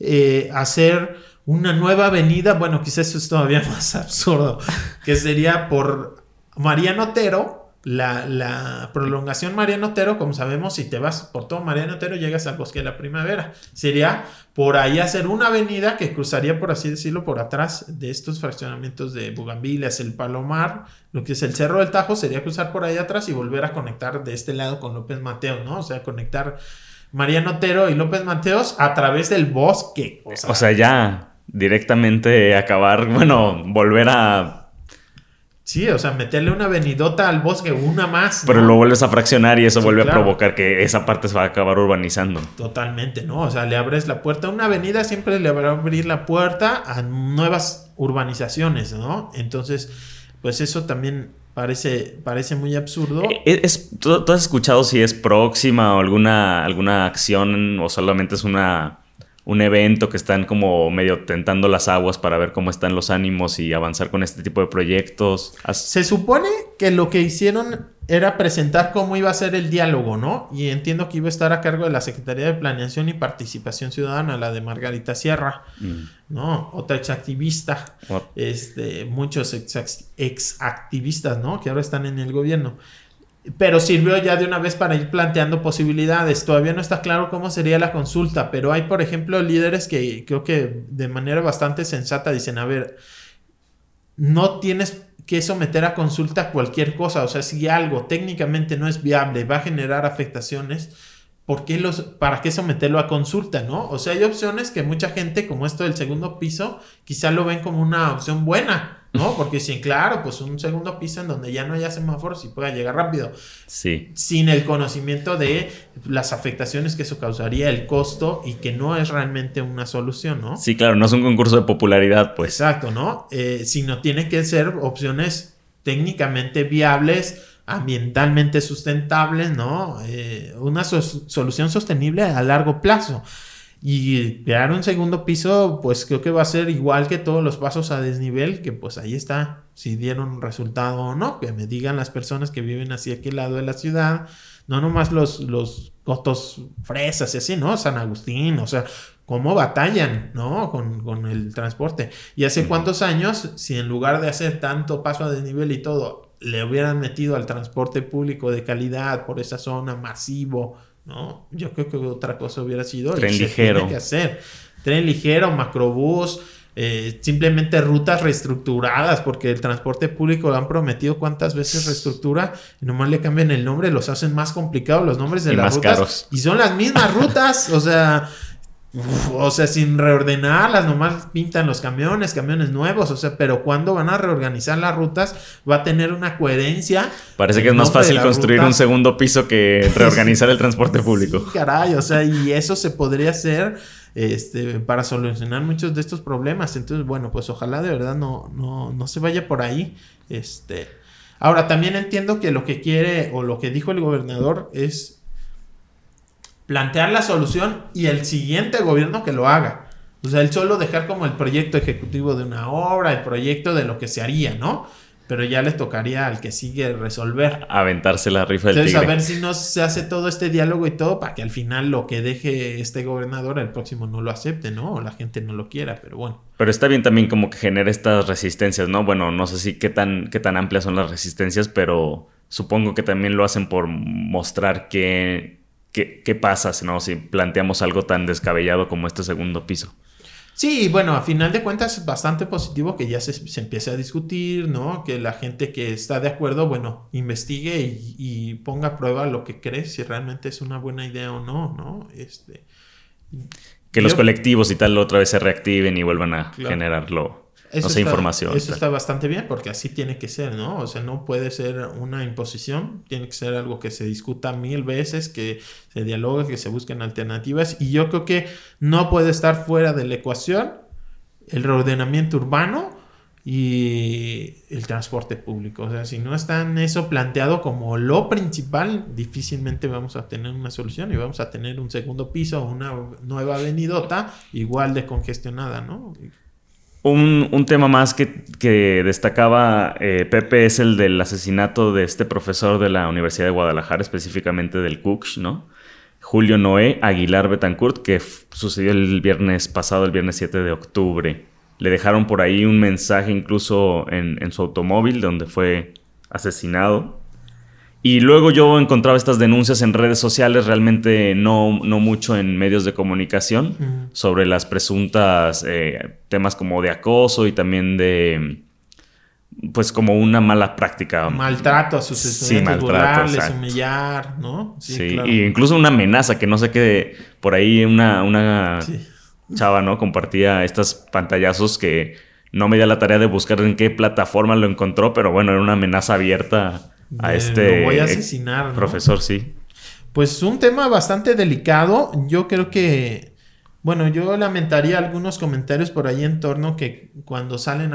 hacer una nueva avenida, bueno, quizás eso es todavía más absurdo, que sería por Mariano Otero. La prolongación Mariano Otero, como sabemos, si te vas por todo Mariano Otero llegas al Bosque de la Primavera. Sería por ahí hacer una avenida que cruzaría, por así decirlo, por atrás de estos fraccionamientos de Bugambilias, el Palomar, lo que es el Cerro del Tajo, sería cruzar por ahí atrás y volver a conectar de este lado con López Mateos, ¿no? O sea, conectar Mariano Otero y López Mateos a través del bosque. O sea, ya directamente acabar, bueno, volver a... Sí, o sea, meterle una avenidota al bosque, una más, ¿no? Pero lo vuelves a fraccionar y eso Sí, vuelve claro. a provocar que esa parte se va a acabar urbanizando. Totalmente, ¿no? O sea, le abres la puerta a una avenida, siempre le va a abrir la puerta a nuevas urbanizaciones, ¿no? Entonces, pues eso también parece muy absurdo. ¿Tú has escuchado si es próxima o alguna acción o solamente es un evento que están como medio tentando las aguas para ver cómo están los ánimos y avanzar con este tipo de proyectos? Se supone que lo que hicieron era presentar cómo iba a ser el diálogo, ¿no? Y entiendo que iba a estar a cargo de la Secretaría de Planeación y Participación Ciudadana, la de Margarita Sierra, ¿no? Otra exactivista, muchos exactivistas, ¿no? Que ahora están en el gobierno. Pero sirvió ya de una vez para ir planteando posibilidades. Todavía no está claro cómo sería la consulta, pero hay, por ejemplo, líderes que creo que de manera bastante sensata dicen, a ver, no tienes que someter a consulta cualquier cosa. O sea, si algo técnicamente no es viable, va a generar afectaciones, ¿para qué someterlo a consulta, no? O sea, hay opciones que mucha gente, como esto del segundo piso, quizá lo ven como una opción buena, ¿no? Porque sí, claro, pues un segundo piso en donde ya no haya semáforos y pueda llegar rápido. Sí. Sin el conocimiento de las afectaciones que eso causaría, el costo, y que no es realmente una solución, ¿no? Sí, claro, no es un concurso de popularidad, pues. Exacto, ¿no? Sino tienen que ser opciones técnicamente viables, ambientalmente sustentables, ¿no? Una solución sostenible a largo plazo. Y crear un segundo piso, pues creo que va a ser igual que todos los pasos a desnivel, que pues ahí está, si dieron resultado o no, que me digan las personas que viven hacia aquel lado de la ciudad, no nomás los cotos fresas y así, ¿no? San Agustín, o sea, cómo batallan, ¿no? Con el transporte. Y hace cuántos años, si en lugar de hacer tanto paso a desnivel y todo, le hubieran metido al transporte público de calidad por esa zona masivo, ¿no? Yo creo que otra cosa hubiera sido tren ligero. Tiene que hacer tren ligero, macrobús, simplemente rutas reestructuradas, porque el transporte público lo han prometido cuántas veces reestructura y nomás le cambian el nombre, los hacen más complicados los nombres de las rutas caros. Y son las mismas rutas, o sea, sin reordenarlas, nomás pintan los camiones nuevos, o sea, pero cuando van a reorganizar las rutas va a tener una coherencia. Parece que es más fácil construir un segundo piso que reorganizar el transporte público. Sí, caray, o sea, y eso se podría hacer para solucionar muchos de estos problemas. Entonces, bueno, pues ojalá de verdad no se vaya por ahí. Ahora, también entiendo que lo que quiere o lo que dijo el gobernador es plantear la solución y el siguiente gobierno que lo haga. O sea, el solo dejar como el proyecto ejecutivo de una obra, el proyecto de lo que se haría, ¿no? pero ya le tocaría al que sigue resolver. Aventarse la rifa del Entonces, tigre. a ver si no se hace todo este diálogo y todo para que al final lo que deje este gobernador el próximo no lo acepte, ¿no? O la gente no lo quiera, pero bueno. Pero está bien también como que genera estas resistencias, ¿no? Bueno, no sé si qué tan amplias son las resistencias, pero supongo que también lo hacen por mostrar qué pasa, ¿no? Si planteamos algo tan descabellado como este segundo piso. Sí, bueno, a final de cuentas es bastante positivo que ya se empiece a discutir, ¿no? Que la gente que está de acuerdo, bueno, investigue y ponga a prueba lo que cree, si realmente es una buena idea o no, ¿no? Que los colectivos y tal otra vez se reactiven y vuelvan a generarlo. Información. Eso está bastante bien porque así tiene que ser, ¿no? O sea, no puede ser una imposición, tiene que ser algo que se discuta 1000 veces, que se dialogue, que se busquen alternativas. Y yo creo que no puede estar fuera de la ecuación el reordenamiento urbano y el transporte público. O sea, si no está en eso planteado como lo principal, difícilmente vamos a tener una solución y vamos a tener un segundo piso o una nueva avenidota igual de congestionada, ¿no? Un tema más que destacaba Pepe es el del asesinato de este profesor de la Universidad de Guadalajara, específicamente del CUCH, ¿no? Julio Noé Aguilar Betancourt, que sucedió el viernes pasado, el viernes 7 de octubre. Le dejaron por ahí un mensaje incluso en su automóvil donde fue asesinado. Y luego yo encontraba estas denuncias en redes sociales, realmente no mucho en medios de comunicación, sobre las presuntas temas como de acoso y también de, pues como una mala práctica. Maltrato a sus estudiantes, burlarles, humillar, ¿no? Sí, claro. Y incluso una amenaza, que no sé qué, por ahí una chava, ¿no? Compartía estos pantallazos que no me dio la tarea de buscar en qué plataforma lo encontró, pero bueno, era una amenaza abierta a lo voy a asesinar, ¿no? Profesor, sí. Pues un tema bastante delicado. Yo creo que, bueno, yo lamentaría algunos comentarios por ahí en torno que cuando salen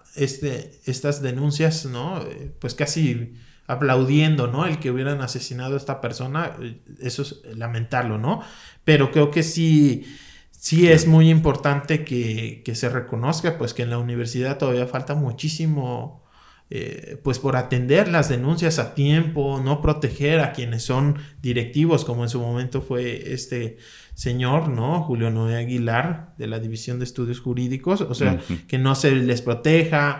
estas denuncias, ¿no? Pues casi aplaudiendo, ¿no? El que hubieran asesinado a esta persona, eso es lamentarlo, ¿no? Pero creo que sí es muy importante que se reconozca, pues que en la universidad todavía falta muchísimo, pues por atender las denuncias a tiempo, no proteger a quienes son directivos, como en su momento fue este señor, ¿no? Julio Noé Aguilar, de la División de Estudios Jurídicos, o sea, que no se les proteja,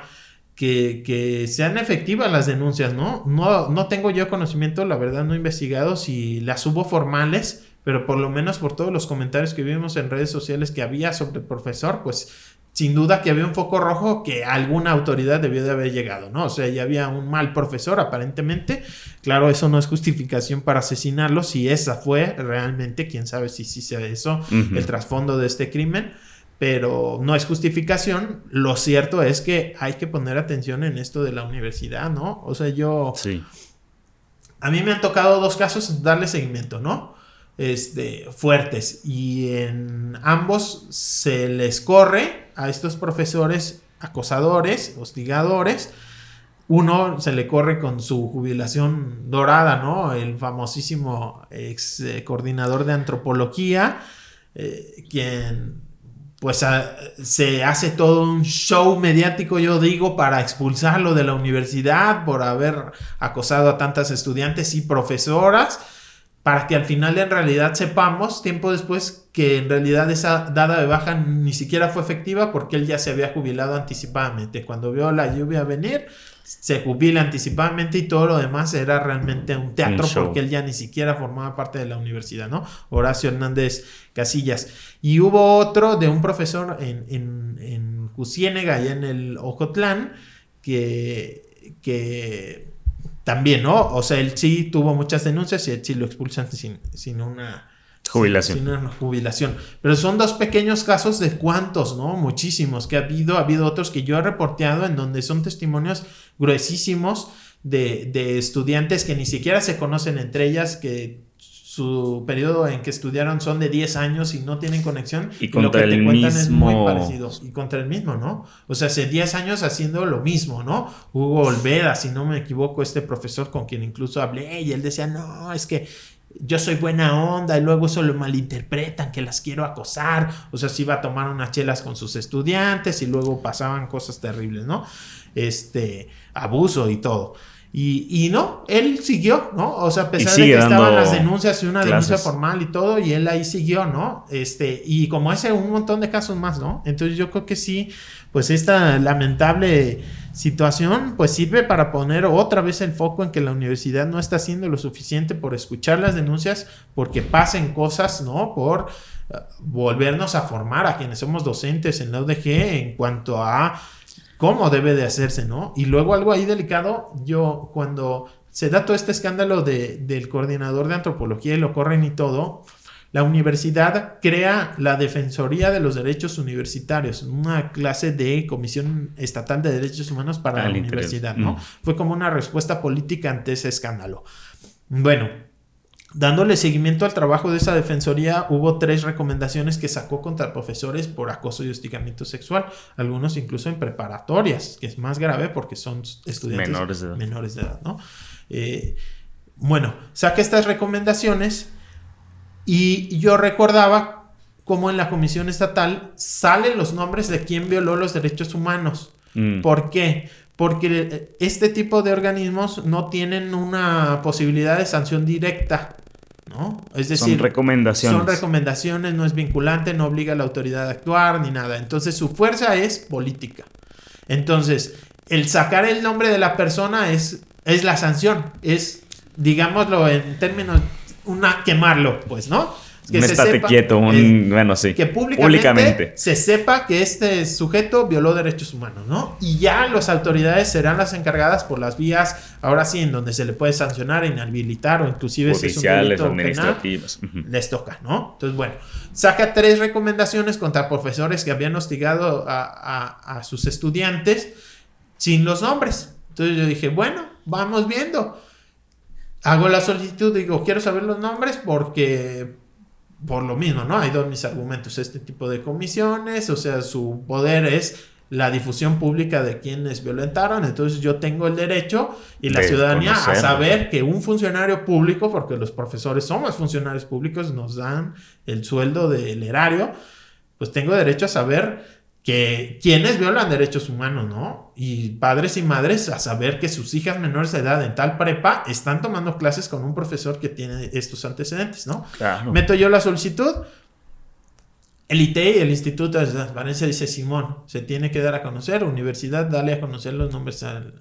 que sean efectivas las denuncias, ¿no? No tengo yo conocimiento, la verdad no he investigado si las hubo formales, pero por lo menos por todos los comentarios que vimos en redes sociales que había sobre el profesor, pues sin duda que había un foco rojo que alguna autoridad debió de haber llegado, ¿no? O sea, ya había un mal profesor aparentemente. Claro, eso no es justificación para asesinarlo. Si esa fue realmente, quién sabe si sea eso, el trasfondo de este crimen. Pero no es justificación. Lo cierto es que hay que poner atención en esto de la universidad, ¿no? O sea, Sí. A mí me han tocado 2 casos darle seguimiento, ¿no? Fuertes, y en ambos se les corre a estos profesores acosadores, hostigadores. Uno se le corre con su jubilación dorada, ¿no? El famosísimo ex coordinador de antropología, quien pues se hace todo un show mediático, yo digo, para expulsarlo de la universidad por haber acosado a tantas estudiantes y profesoras, para que al final en realidad sepamos, tiempo después, que en realidad esa dada de baja ni siquiera fue efectiva porque él ya se había jubilado anticipadamente. Cuando vio la lluvia venir, se jubila anticipadamente y todo lo demás era realmente un teatro porque él ya ni siquiera formaba parte de la universidad, ¿no? Horacio Hernández Casillas. Y hubo otro de un profesor en Cusiénega, allá en el Ojotlán, que también, ¿no? O sea, él sí tuvo muchas denuncias y él sí lo expulsan sin una jubilación. Sin una jubilación. Pero son 2 pequeños casos de cuántos, ¿no? Muchísimos que ha habido. Ha habido otros que yo he reporteado en donde son testimonios gruesísimos de estudiantes que ni siquiera se conocen entre ellas, que su periodo en que estudiaron son de 10 años y no tienen conexión. Y contra lo que te cuentan es muy parecido. Y contra el mismo, ¿no? O sea, hace 10 años haciendo lo mismo, ¿no? Hugo Olvera, si no me equivoco, este profesor con quien incluso hablé, y él decía, no, es que yo soy buena onda, y luego eso lo malinterpretan, que las quiero acosar. O sea, se iba a tomar unas chelas con sus estudiantes y luego pasaban cosas terribles, ¿no? abuso y todo. Y no, él siguió, ¿no? O sea, a pesar de que estaban las denuncias y una denuncia formal y todo, y él ahí siguió, ¿no? Y como ese, un montón de casos más, ¿no? Entonces yo creo que sí, pues esta lamentable situación, pues sirve para poner otra vez el foco en que la universidad no está haciendo lo suficiente por escuchar las denuncias, porque pasen cosas, ¿no? Por volvernos a formar a quienes somos docentes en la UDG en cuanto a cómo debe de hacerse, ¿no? Y luego algo ahí delicado, cuando se da todo este escándalo del coordinador de antropología y lo corren y todo, la universidad crea la Defensoría de los Derechos Universitarios, una clase de Comisión Estatal de Derechos Humanos para la universidad, ¿no? Fue como una respuesta política ante ese escándalo. Bueno, dándole seguimiento al trabajo de esa defensoría, hubo 3 recomendaciones que sacó contra profesores por acoso y hostigamiento sexual, algunos incluso en preparatorias, que es más grave porque son estudiantes menores de edad, ¿no? Bueno, saca estas recomendaciones y yo recordaba cómo en la comisión estatal salen los nombres de quien violó los derechos humanos. ¿Por qué? Porque este tipo de organismos no tienen una posibilidad de sanción directa, ¿no? Es decir, son recomendaciones. Son recomendaciones, no es vinculante, no obliga a la autoridad a actuar ni nada. Entonces su fuerza es política. Entonces, el sacar el nombre de la persona es la sanción. Es, digámoslo en términos, quemarlo, pues, ¿no? Que un estate quieto, bueno, sí. Que públicamente se sepa que este sujeto violó derechos humanos, ¿no? Y ya las autoridades serán las encargadas por las vías, ahora sí, en donde se le puede sancionar, inhabilitar o inclusive judiciales, si es un administrativas. Penal, les toca, ¿no? Entonces, bueno, saca 3 recomendaciones contra profesores que habían hostigado a sus estudiantes sin los nombres. Entonces yo dije, bueno, vamos viendo. Hago la solicitud, digo, quiero saber los nombres porque por lo mismo, ¿no? Hay 2 mis argumentos. Este tipo de comisiones, o sea, su poder es la difusión pública de quienes violentaron. Entonces yo tengo el derecho y la ciudadanía a saber que un funcionario público, porque los profesores somos funcionarios públicos, nos dan el sueldo del erario, pues tengo derecho a saber que quienes violan derechos humanos, ¿no? Y padres y madres a saber que sus hijas menores de edad en tal prepa están tomando clases con un profesor que tiene estos antecedentes, ¿no? Claro. Meto yo la solicitud, el ITEI, el Instituto de Transparencia, dice, Simón, se tiene que dar a conocer, universidad, dale a conocer los nombres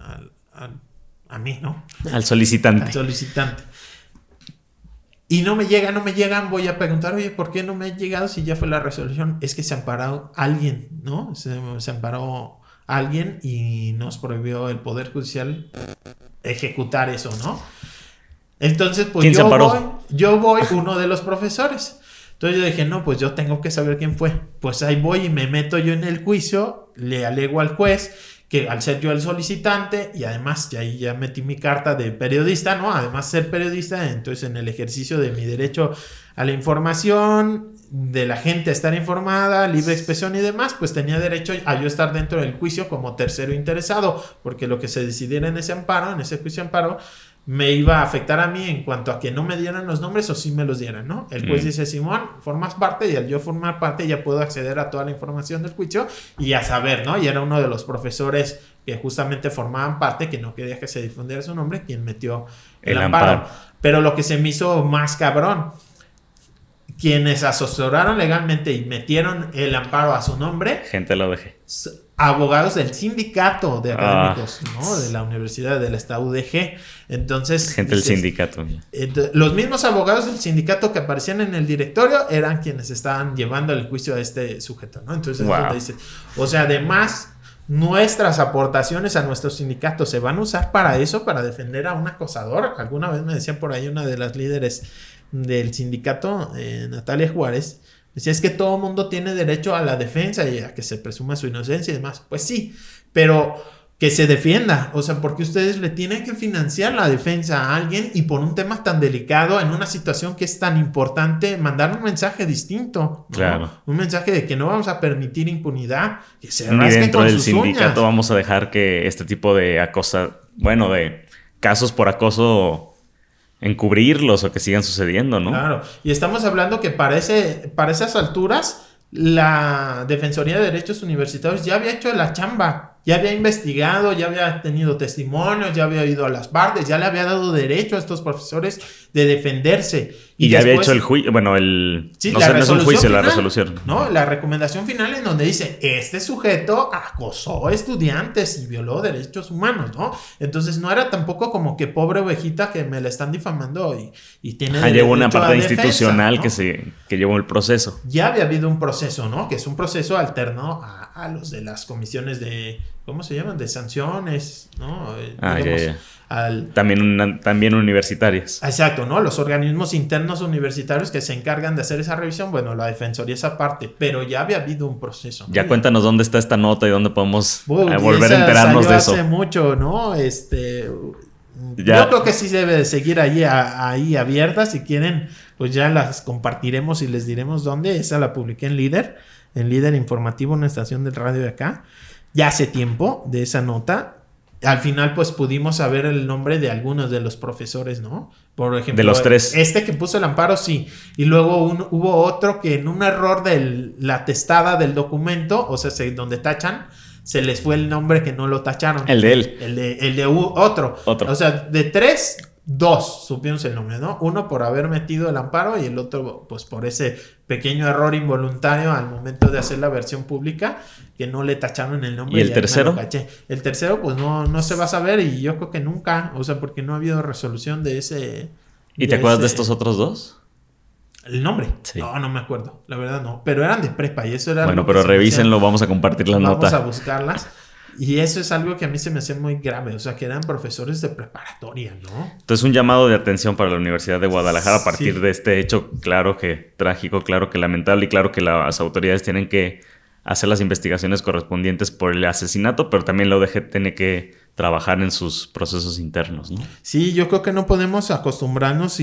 a mí, ¿no? Al solicitante. Al solicitante. Y no me llegan, voy a preguntar, oye, ¿por qué no me ha llegado si ya fue la resolución? Es que se amparó alguien, ¿no? Se amparó alguien y nos prohibió el Poder Judicial ejecutar eso, ¿no? Entonces, pues ¿quién se amparó? Yo voy, uno de los profesores. Entonces yo dije, no, pues yo tengo que saber quién fue. Pues ahí voy y me meto yo en el juicio, le alego al juez que al ser yo el solicitante y además ya metí mi carta de periodista, ¿no? Además ser periodista, entonces en el ejercicio de mi derecho a la información, de la gente a estar informada, libre expresión y demás, pues tenía derecho a yo estar dentro del juicio como tercero interesado, porque lo que se decidiera en ese amparo, en ese juicio amparo, me iba a afectar a mí en cuanto a que no me dieran los nombres o sí me los dieran, ¿no? El juez dice, Simón, formas parte y al yo formar parte ya puedo acceder a toda la información del juicio y a saber, ¿no? Y era uno de los profesores que justamente formaban parte, que no quería que se difundiera su nombre, quien metió el amparo. Pero lo que se me hizo más cabrón, quienes asesoraron legalmente y metieron el amparo a su nombre, gente lo dejé. Abogados del sindicato de académicos, ¿no? De la universidad, de la UDG. Entonces, gente del sindicato. Los mismos abogados del sindicato que aparecían en el directorio eran quienes estaban llevando el juicio a este sujeto, ¿no? Entonces, dice, o sea, además, nuestras aportaciones a nuestro sindicato se van a usar para eso, para defender a un acosador. Alguna vez me decía por ahí una de las líderes del sindicato, Natalia Juárez, decía, es que todo mundo tiene derecho a la defensa y a que se presuma su inocencia y demás. Pues sí, pero que se defienda. O sea, porque ustedes le tienen que financiar la defensa a alguien y por un tema tan delicado, en una situación que es tan importante, mandar un mensaje distinto, ¿no? Claro. Un mensaje de que no vamos a permitir impunidad, que se ni rasquen dentro con del sus sindicato uñas. vamos a dejar que este tipo de de casos por acoso encubrirlos o que sigan sucediendo, ¿no? Claro, y estamos hablando que para esas alturas la Defensoría de Derechos Universitarios ya había hecho la chamba, ya había investigado, ya había tenido testimonios, ya había ido a las partes, ya le había dado derecho a estos profesores de defenderse. Y ya había hecho el juicio, bueno, sí, no sé, no es un juicio, final, la resolución. No, la recomendación final en donde dice, este sujeto acosó estudiantes y violó derechos humanos, ¿no? Entonces no era tampoco como que pobre ovejita que me la están difamando y tiene derecho llevó una parte defensa, institucional, ¿no? que llevó el proceso. Ya había habido un proceso, ¿no? Que es un proceso alterno a los de las comisiones de, ¿cómo se llaman? De sanciones, ¿no? Digamos, también universitarias. Exacto, ¿no? Los organismos internos universitarios que se encargan de hacer esa revisión, bueno, la defensoría esa parte, pero ya había habido un proceso, ¿no? Ya cuéntanos dónde está esta nota y dónde podemos volver a enterarnos de eso. Hace mucho, ¿no? Yo creo que sí debe de seguir ahí abierta. Si quieren, pues ya las compartiremos y les diremos dónde. Esa la publiqué en Líder Informativo, una estación de radio de acá. Ya hace tiempo de esa nota. Al final, pues pudimos saber el nombre de algunos de los profesores, ¿no? Por ejemplo, de los 3. Este que puso el amparo, sí. Y luego hubo otro que en un error de la testada del documento, o sea, donde tachan, se les fue el nombre que no lo tacharon. El de él. El de otro. O sea, de 3, 2 supimos el nombre, ¿no? Uno por haber metido el amparo y el otro, pues por ese pequeño error involuntario al momento de hacer la versión pública, que no le tacharon el nombre. ¿Y el tercero? El tercero, pues no se va a saber y yo creo que nunca, o sea, porque no ha habido resolución de ese. ¿Y te acuerdas de estos otros 2? ¿El nombre? Sí. No me acuerdo, la verdad no. Pero eran de prepa y eso era. Bueno, pero revísenlo, vamos a compartir las notas. Vamos a buscarlas. Y eso es algo que a mí se me hace muy grave, o sea, que eran profesores de preparatoria, ¿no? Entonces, un llamado de atención para la Universidad de Guadalajara a partir de este hecho, claro que trágico, claro que lamentable y claro que las autoridades tienen que hacer las investigaciones correspondientes por el asesinato, pero también la UDG tiene que trabajar en sus procesos internos, ¿no? Sí, yo creo que no podemos acostumbrarnos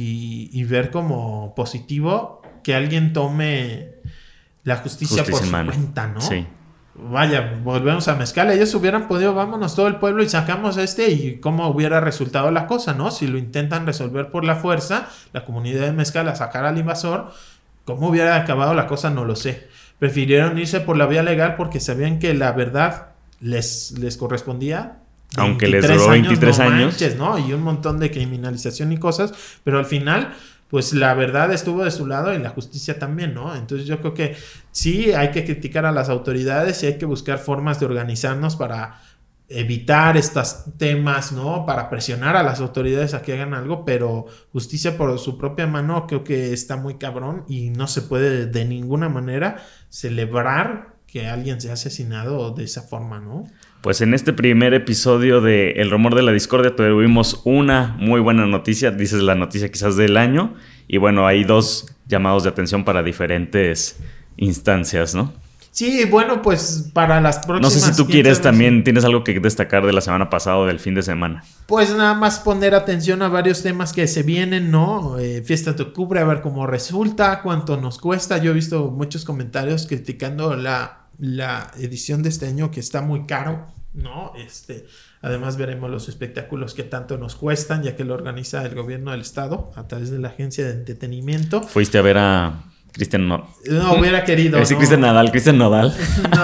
y ver como positivo que alguien tome la justicia por su cuenta, ¿no? Sí. Vaya, volvemos a Mezcal. Ellos hubieran podido, vámonos todo el pueblo y sacamos y cómo hubiera resultado la cosa, ¿no? Si lo intentan resolver por la fuerza, la comunidad de Mezcal a sacar al invasor, ¿cómo hubiera acabado la cosa? No lo sé. Prefirieron irse por la vía legal porque sabían que la verdad les correspondía. Aunque les duró 23 años. Manches, ¿no? Y un montón de criminalización y cosas, pero al final, pues la verdad estuvo de su lado y la justicia también, ¿no? Entonces yo creo que sí hay que criticar a las autoridades y hay que buscar formas de organizarnos para evitar estos temas, ¿no? Para presionar a las autoridades a que hagan algo, pero justicia por su propia mano creo que está muy cabrón y no se puede de ninguna manera celebrar que alguien sea asesinado de esa forma, ¿no? Pues en este primer episodio de El Rumor de la Discordia tuvimos una muy buena noticia, dices la noticia quizás del año, y bueno, hay 2 llamados de atención para diferentes instancias, ¿no? Sí, bueno, pues para las próximas... No sé si tú quieres también, tienes algo que destacar de la semana pasada o del fin de semana. Pues nada más poner atención a varios temas que se vienen, ¿no? Fiesta de octubre, a ver cómo resulta, cuánto nos cuesta. Yo he visto muchos comentarios criticando la edición de este año que está muy caro, ¿no? Además veremos los espectáculos que tanto nos cuestan, ya que lo organiza el gobierno del estado a través de la agencia de entretenimiento. ¿Fuiste a ver a Cristian Nodal? No, hubiera querido. Sí, Cristian Nodal.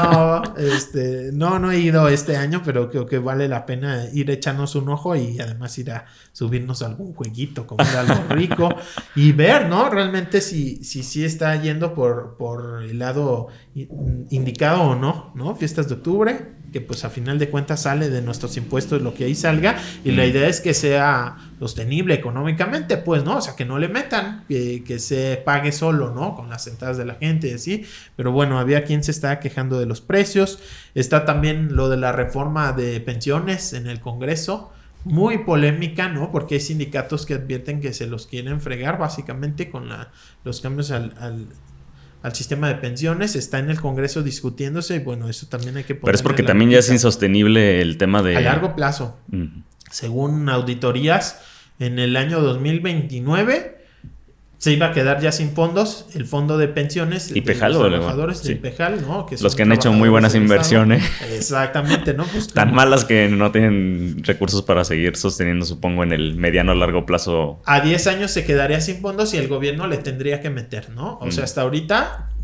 No he ido este año, pero creo que vale la pena ir a echarnos un ojo y además ir a subirnos a algún jueguito, comer algo rico y ver, ¿no? Realmente si está yendo por el lado indicado o no, ¿no? Fiestas de octubre, que pues a final de cuentas sale de nuestros impuestos lo que ahí salga y la idea es que sea sostenible económicamente, pues, ¿no? O sea, que no le metan, que se pague solo, ¿no? Con las entradas de la gente y así, pero bueno, había quien se estaba quejando de los precios. Está también lo de la reforma de pensiones en el Congreso, muy polémica, ¿no? Porque hay sindicatos que advierten que se los quieren fregar básicamente con los cambios al sistema de pensiones. Está en el Congreso discutiéndose y bueno, eso también hay que poner. Pero es porque también ya es insostenible el tema de... A largo plazo. Según auditorías, en el año 2029 se iba a quedar ya sin fondos el fondo de pensiones y de Pejal, los trabajadores de Pejal, ¿no? Que los que han hecho muy buenas inversiones. Exactamente, ¿no? Pues tan malas que no tienen recursos para seguir sosteniendo, supongo, en el mediano o largo plazo. A 10 años se quedaría sin fondos y el gobierno le tendría que meter, ¿no? O sea, hasta ahorita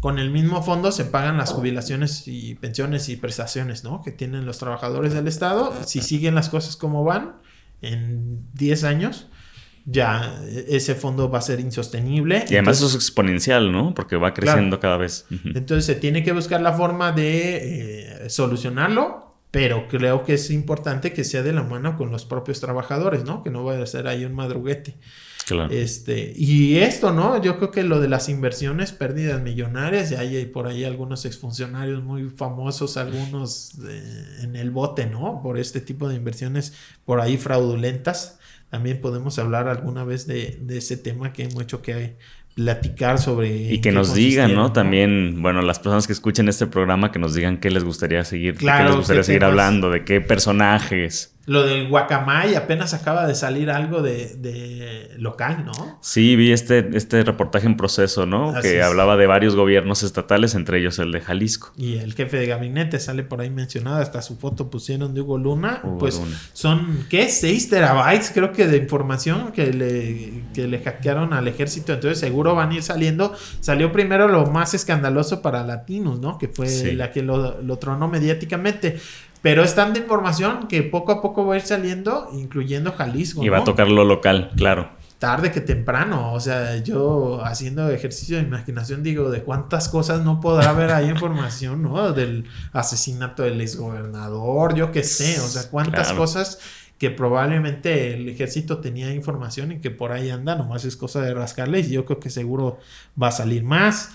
con el mismo fondo se pagan las jubilaciones y pensiones y prestaciones, ¿no? Que tienen los trabajadores del Estado. Si siguen las cosas como van, en 10 años, ya ese fondo va a ser insostenible. Y además eso es exponencial, ¿no? Porque va creciendo cada vez. Entonces se tiene que buscar la forma de solucionarlo, pero creo que es importante que sea de la mano con los propios trabajadores, ¿no? Que no vaya a ser ahí un madruguete. Claro. Y esto, ¿no? Yo creo que lo de las inversiones, pérdidas millonarias, y hay por ahí algunos exfuncionarios muy famosos, algunos en el bote, ¿no? Por este tipo de inversiones por ahí fraudulentas. También podemos hablar alguna vez de ese tema que hay mucho que platicar sobre. Y que nos digan, ¿no? También, bueno, las personas que escuchen este programa, que nos digan qué les gustaría seguir, claro, qué les gustaría seguir hablando, de qué personajes. Lo del guacamay, apenas acaba de salir algo de local, ¿no? Sí, vi este reportaje en proceso, ¿no? Así que es. hablaba de varios gobiernos estatales, entre ellos el de Jalisco. Y el jefe de gabinete sale por ahí mencionado, hasta su foto pusieron de Hugo Luna. Hugo pues Luna. son, ¿qué? 6 terabytes creo que de información que le hackearon al ejército. Entonces seguro van a ir saliendo. Salió primero lo más escandaloso para Latinos, ¿no? Que fue la que lo tronó mediáticamente. Pero es tanta información que poco a poco va a ir saliendo, incluyendo Jalisco, Y va a tocar lo local, claro. Tarde que temprano. O sea, yo haciendo ejercicio de imaginación digo, de cuántas cosas no podrá haber ahí información, ¿no? Del asesinato del exgobernador, yo qué sé. O sea, cuántas cosas que probablemente el ejército tenía información y que por ahí anda, nomás es cosa de rascarles. Y yo creo que seguro va a salir más.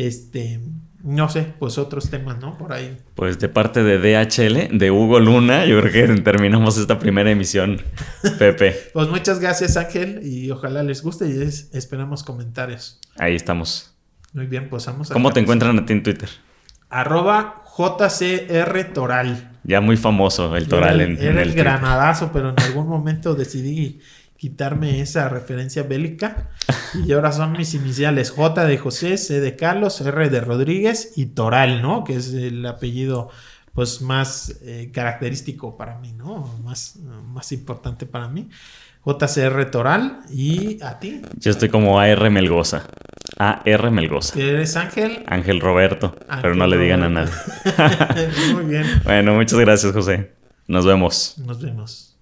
No sé, pues otros temas, ¿no? Por ahí. Pues de parte de DHL, de Hugo Luna, yo creo que terminamos esta primera emisión, Pepe. Pues muchas gracias, Ángel, y ojalá les guste y esperamos comentarios. Ahí estamos. Muy bien, pues vamos a... ¿Cómo te encuentran a ti en Twitter? @JCRToral. Ya muy famoso el Toral Era el Twitter. granadazo, pero en algún momento decidí quitarme esa referencia bélica y ahora son mis iniciales: J de José, C de Carlos, R de Rodríguez y Toral, ¿no? Que es el apellido pues más característico para mí, ¿no? Más importante para mí. JCR Toral. ¿Y a ti? Yo estoy como AR Melgoza. AR Melgoza. ¿Eres Ángel? Ángel Roberto, Ángel pero no le digan a nadie. Muy bien. Bueno, muchas gracias, José. Nos vemos. Nos vemos.